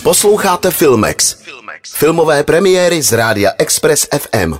Posloucháte Filmex. Filmové premiéry z rádia Express FM.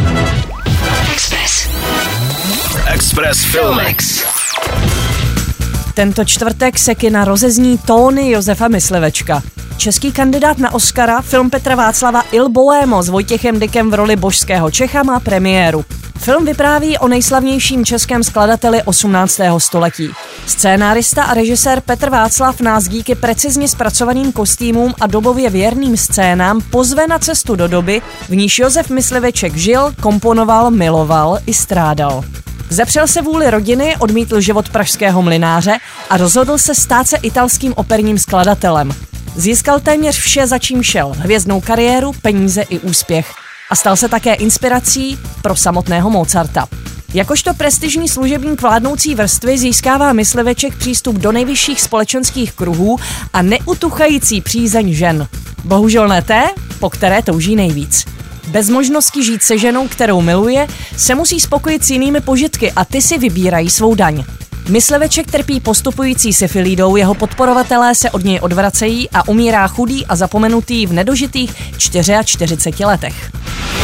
Express Filmex. Tento čtvrtek se kina rozezní tóny Josefa Myslivečka. Český kandidát na Oscara, film Petra Václava Il Bohémo s Vojtěchem Dykem v roli božského Čecha má premiéru. Film vypráví o nejslavnějším českém skladateli 18. století. Scénárista a režisér Petr Václav nás díky precizně zpracovaným kostýmům a dobově věrným scénám pozve na cestu do doby, v níž Josef Mysliveček žil, komponoval, miloval i strádal. Zepřel se vůli rodiny, odmítl život pražského mlynáře a rozhodl se stát se italským operním skladatelem. Získal téměř vše, za čím šel, hvězdnou kariéru, peníze i úspěch. A stal se také inspirací pro samotného Mozarta. Jakožto prestižní služebník vládnoucí vrstvy získává Mysliveček přístup do nejvyšších společenských kruhů a neutuchající přízeň žen. Bohužel ne té, po které touží nejvíc. Bez možnosti žít se ženou, kterou miluje, se musí spokojit s jinými požitky a ty si vybírají svou daň. Mysliveček trpí postupující syfilidou, jeho podporovatelé se od něj odvracejí a umírá chudý a zapomenutý v nedožitých 44 letech.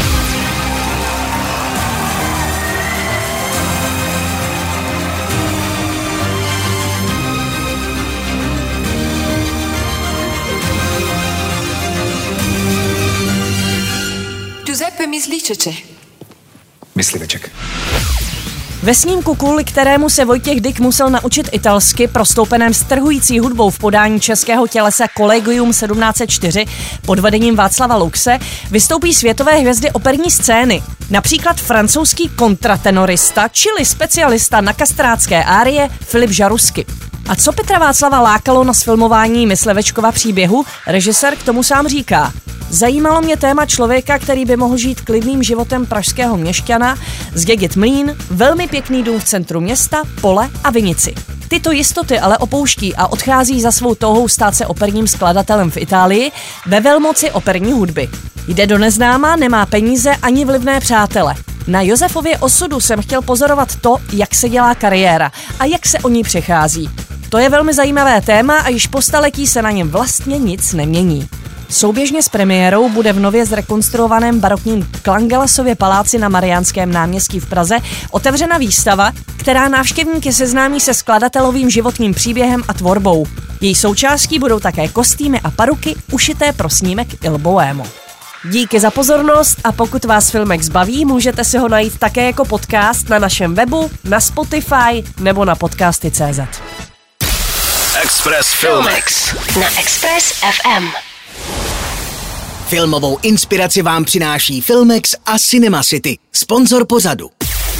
Giuseppe Mysliveček. Ve snímku, kvůli kterému se Vojtěch Dyk musel naučit italsky, prostoupeném strhující hudbou v podání českého tělesa Collegium 1704 pod vedením Václava Luxe, vystoupí světové hvězdy operní scény. Například francouzský kontratenorista, čili specialista na kastrátské árie Filip Jarusky. A co Petra Václava lákalo na sfilmování Myslivečkova příběhu, režisér k tomu sám říká: zajímalo mě téma člověka, který by mohl žít klidným životem pražského měšťana, zdědit mlýn, velmi pěkný dům v centru města, pole a vinici. Tyto jistoty ale opouští a odchází za svou touhou stát se operním skladatelem v Itálii ve velmoci operní hudby. Jde do neznáma, nemá peníze ani vlivné přátele. Na Josefově osudu jsem chtěl pozorovat to, jak se dělá kariéra a jak se o ní přechází. To je velmi zajímavé téma a již po staletí se na něm vlastně nic nemění. Souběžně s premiérou bude v nově zrekonstruovaném barokním Klangelasově paláci na Mariánském náměstí v Praze otevřena výstava, která návštěvníky seznámí se skladatelovým životním příběhem a tvorbou. Její součástí budou také kostýmy a paruky ušité pro snímek Il Bohémo. Díky za pozornost a pokud vás Filmex baví, můžete si ho najít také jako podcast na našem webu, na Spotify nebo na podcasty.cz. Express Filmex na Express FM. Filmovou inspiraci vám přináší Filmex a Cinema City, sponzor pořadu.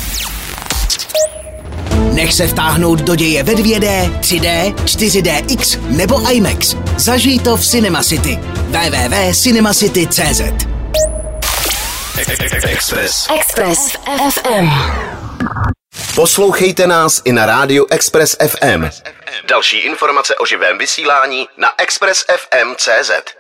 Nech se vtáhnout do děje ve 2D, 3D, 4DX nebo IMAX. Zažij to v Cinema City. www.cinemacity.cz. Express FM. Poslouchejte nás i na rádiu Express FM. Další informace o živém vysílání na expressfm.cz.